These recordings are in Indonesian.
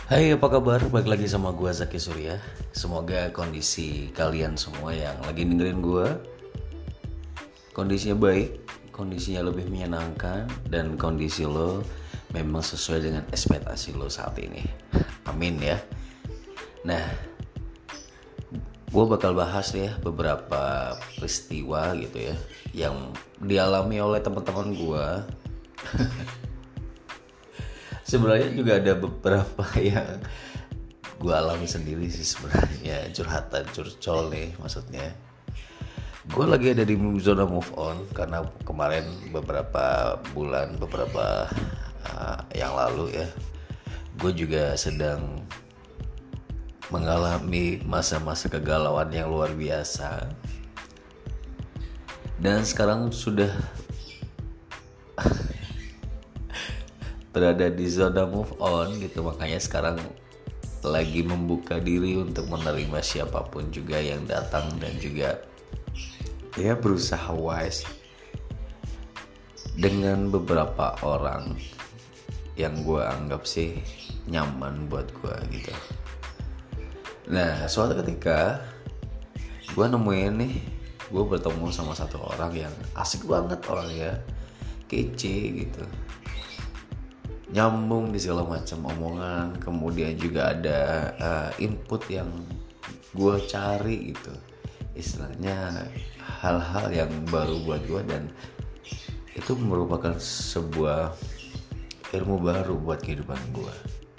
Hai, apa kabar? Balik lagi sama gue Zaki Surya. Semoga kondisi kalian semua yang lagi dengerin gue kondisinya baik, kondisinya lebih menyenangkan, dan kondisi lo memang sesuai dengan ekspektasi lo saat ini. Amin ya. Nah, gue bakal bahas ya beberapa peristiwa gitu ya yang dialami oleh teman-teman gue. Sebenarnya juga ada beberapa yang gue alami sendiri sih sebenarnya, curhatan curcol nih maksudnya. Gue lagi ada di zona move on karena kemarin beberapa yang lalu ya, gue juga sedang mengalami masa-masa kegalauan yang luar biasa, dan sekarang sudah berada di zona move on gitu. Makanya sekarang lagi membuka diri untuk menerima siapapun juga yang datang, dan juga ya berusaha wise dengan beberapa orang yang gue anggap sih nyaman buat gue gitu. Nah, suatu ketika gue nemuin nih, gue bertemu sama satu orang yang asik banget orangnya, kece gitu, nyambung di segala macam omongan. Kemudian juga ada input yang gue cari gitu, istilahnya hal-hal yang baru buat gue, dan itu merupakan sebuah ilmu baru buat kehidupan gue.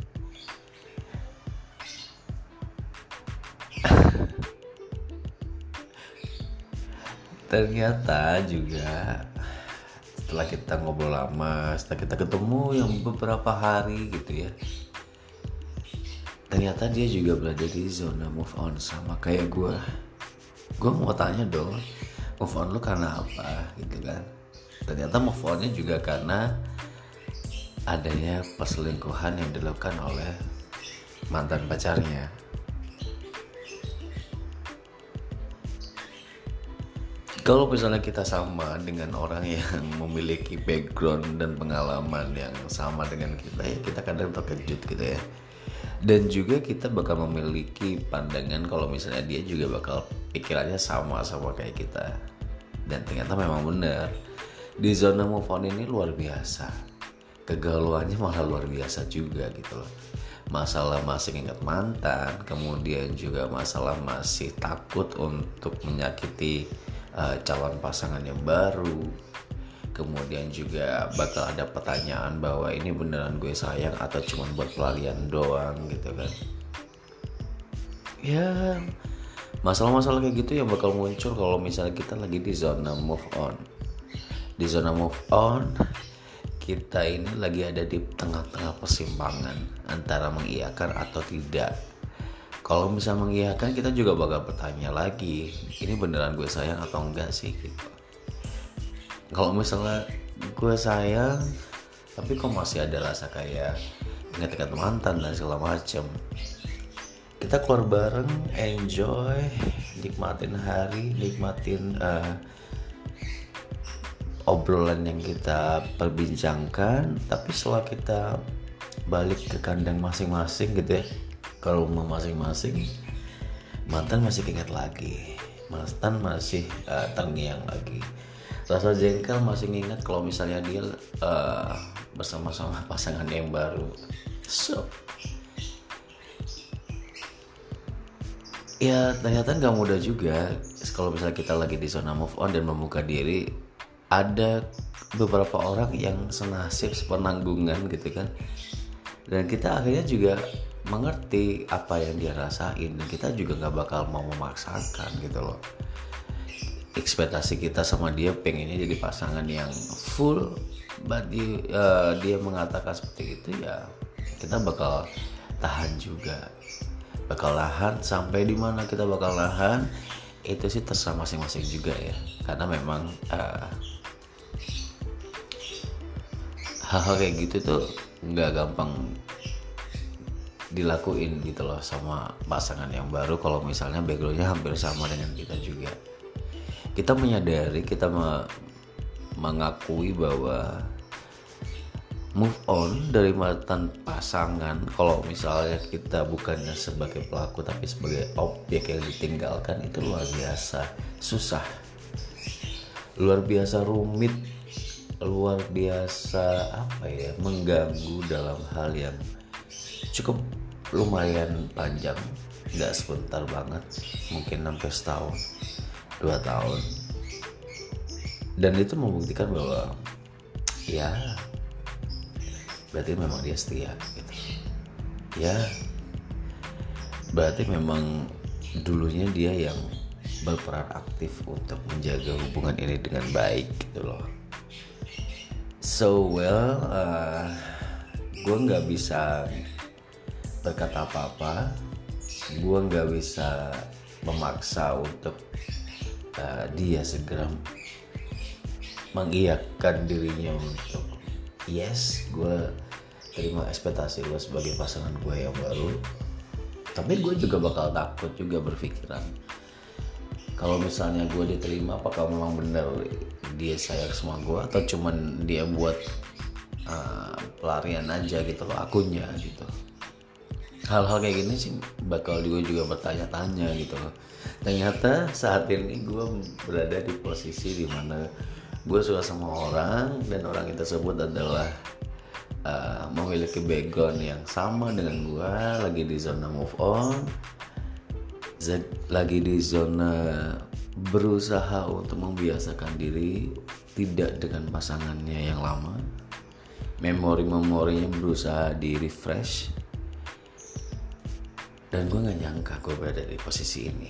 Ternyata juga setelah kita ngobrol lama, setelah kita ketemu yang beberapa hari gitu ya, ternyata dia juga berada di zona move on sama kayak gue. Gue mau tanya dong, move on lu karena apa gitu kan. Ternyata move onnya juga karena adanya perselingkuhan yang dilakukan oleh mantan pacarnya. Kalau misalnya kita sama dengan orang yang memiliki background dan pengalaman yang sama dengan kita, ya kita kadang terkejut gitu ya. Dan juga kita bakal memiliki pandangan kalau misalnya dia juga bakal pikirannya sama kayak kita. Dan ternyata memang benar, di zona move on ini luar biasa, kegalauannya malah luar biasa juga gitu loh. Masalah masih ingat mantan, kemudian juga masalah masih takut untuk menyakiti calon pasangan yang baru. Kemudian juga bakal ada pertanyaan bahwa ini beneran gue sayang atau cuma buat pelarian doang gitu kan. Ya, masalah-masalah kayak gitu yang bakal muncul kalau misalnya kita lagi di zona move on. Di zona move on, kita ini lagi ada di tengah-tengah persimpangan antara mengiyakan atau tidak. Kalau misalnya mengiyakan, kita juga bakal bertanya lagi, ini beneran gue sayang atau enggak sih gitu. Kalau misalnya gue sayang tapi kok masih ada rasa kayak ingat-ingat mantan dan segala macem, kita keluar bareng, enjoy, nikmatin hari, nikmatin obrolan yang kita perbincangkan. Tapi setelah kita balik ke kandang masing-masing gitu ya, ke rumah masing-masing, mantan masih ingat lagi, mantan masih terngiang lagi, rasa jengkel masih ingat kalau misalnya dia bersama-sama pasangan yang baru. So ya ternyata nggak mudah juga kalau misalnya kita lagi di zona move on dan membuka diri. Ada beberapa orang yang senasib sepenanggungan gitu kan, dan kita akhirnya juga mengerti apa yang dia rasain, dan kita juga nggak bakal mau memaksakan gitu loh. Ekspektasi kita sama dia pengennya jadi pasangan yang full, but dia mengatakan seperti itu, ya kita bakal tahan juga. Bakal tahan sampai di mana kita bakal tahan itu sih terserah masing-masing juga ya, karena memang hal-hal kayak gitu tuh nggak gampang dilakuin gitu loh sama pasangan yang baru kalau misalnya backgroundnya hampir sama dengan kita juga. Kita menyadari, kita mengakui bahwa move on dari mantan pasangan, kalau misalnya kita bukannya sebagai pelaku tapi sebagai objek yang ditinggalkan, itu luar biasa susah, luar biasa rumit, luar biasa mengganggu dalam hal yang cukup lumayan panjang, nggak sebentar banget, mungkin sampai setahun 2 tahun. Dan itu membuktikan bahwa ya berarti memang dia setia gitu. Ya berarti memang dulunya dia yang berperan aktif untuk menjaga hubungan ini dengan baik gitu loh. So gue nggak bisa berkata apa-apa, gue nggak bisa memaksa untuk dia segera mengiyakan dirinya untuk yes, gue terima ekspektasi lo sebagai pasangan gue yang baru. Tapi gue juga bakal takut juga berpikiran, kalau misalnya gue diterima, apakah memang benar dia sayang sama gue atau cuman dia buat pelarian aja gitu loh akunnya gitu. Hal-hal kayak gini sih bakal gue juga bertanya-tanya gitu loh. Ternyata saat ini gue berada di posisi dimana gue suka sama orang dan orang itu tersebut adalah memiliki background yang sama dengan gue, lagi di zona move on, lagi di zona berusaha untuk membiasakan diri tidak dengan pasangannya yang lama, memorinya berusaha di refresh. Dan gue gak nyangka gue berada di posisi ini.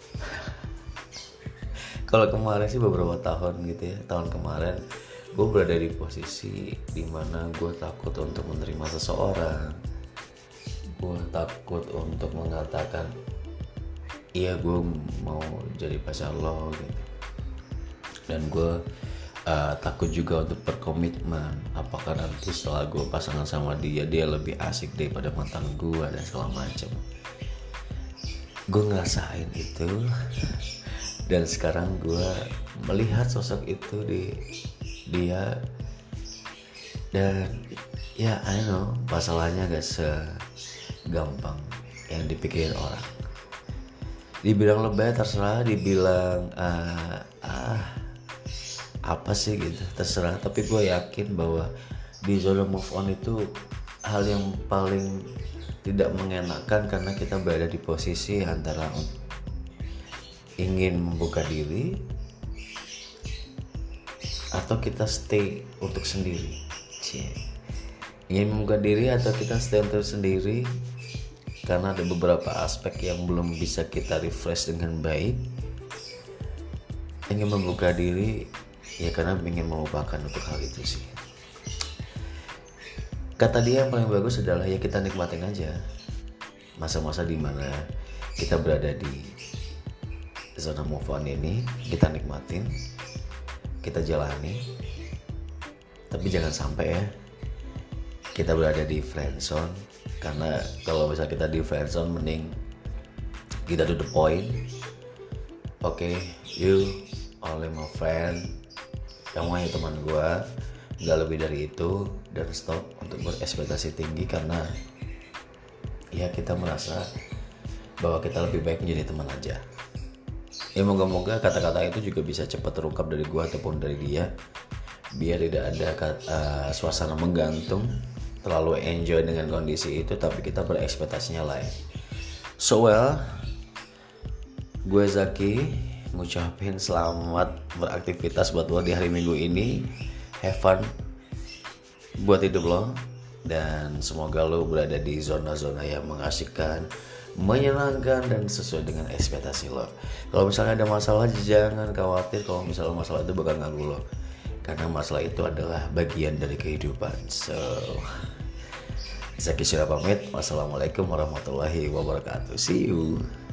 Kalau kemarin sih beberapa tahun gitu ya, tahun kemarin gue berada di posisi dimana gue takut untuk menerima seseorang, gue takut untuk mengatakan iya gue mau jadi pacar lo gitu. Dan gue takut juga untuk berkomitmen, apakah nanti setelah gue pasangan sama dia lebih asik daripada mantan gue dan segala macam. Gue ngerasain itu. Dan sekarang gue melihat sosok itu di dia. Dan ya I know masalahnya gak segampang yang dipikirin orang. Dibilang lebay terserah, dibilang apa sih gitu terserah. Tapi gue yakin bahwa di zona move on itu hal yang paling tidak mengenakan, karena kita berada di posisi antara ingin membuka diri atau kita stay untuk sendiri. Ingin membuka diri atau kita stay untuk sendiri karena ada beberapa aspek yang belum bisa kita refresh dengan baik. Ingin membuka diri ya karena ingin melupakan untuk hal itu sih. Kata dia yang paling bagus adalah ya kita nikmatin aja masa-masa dimana kita berada di zona move on ini, kita nikmatin, kita jalani. Tapi jangan sampai ya kita berada di friendzone, karena kalau misalnya kita di friendzone mending kita to the point. Okay, you only my friend, kamu hanya teman gue, gak lebih dari itu. Dan stop untuk berekspektasi tinggi, karena ya kita merasa bahwa kita lebih baik menjadi teman aja. Ya moga-moga kata-kata itu juga bisa cepat terungkap dari gue ataupun dari dia, biar tidak ada suasana menggantung, terlalu enjoy dengan kondisi itu tapi kita berekspektasinya lain. So gue Zaki ngucapin selamat beraktivitas buat lo di hari Minggu ini. Have fun buat hidup lo, dan semoga lo berada di zona-zona yang mengasihkan, menyenangkan, dan sesuai dengan ekspektasi lo. Kalau misalnya ada masalah, jangan khawatir kalau misalnya masalah itu bakal ganggu lo, karena masalah itu adalah bagian dari kehidupan. So Zaki sudah pamit. Wassalamualaikum warahmatullahi wabarakatuh. See you.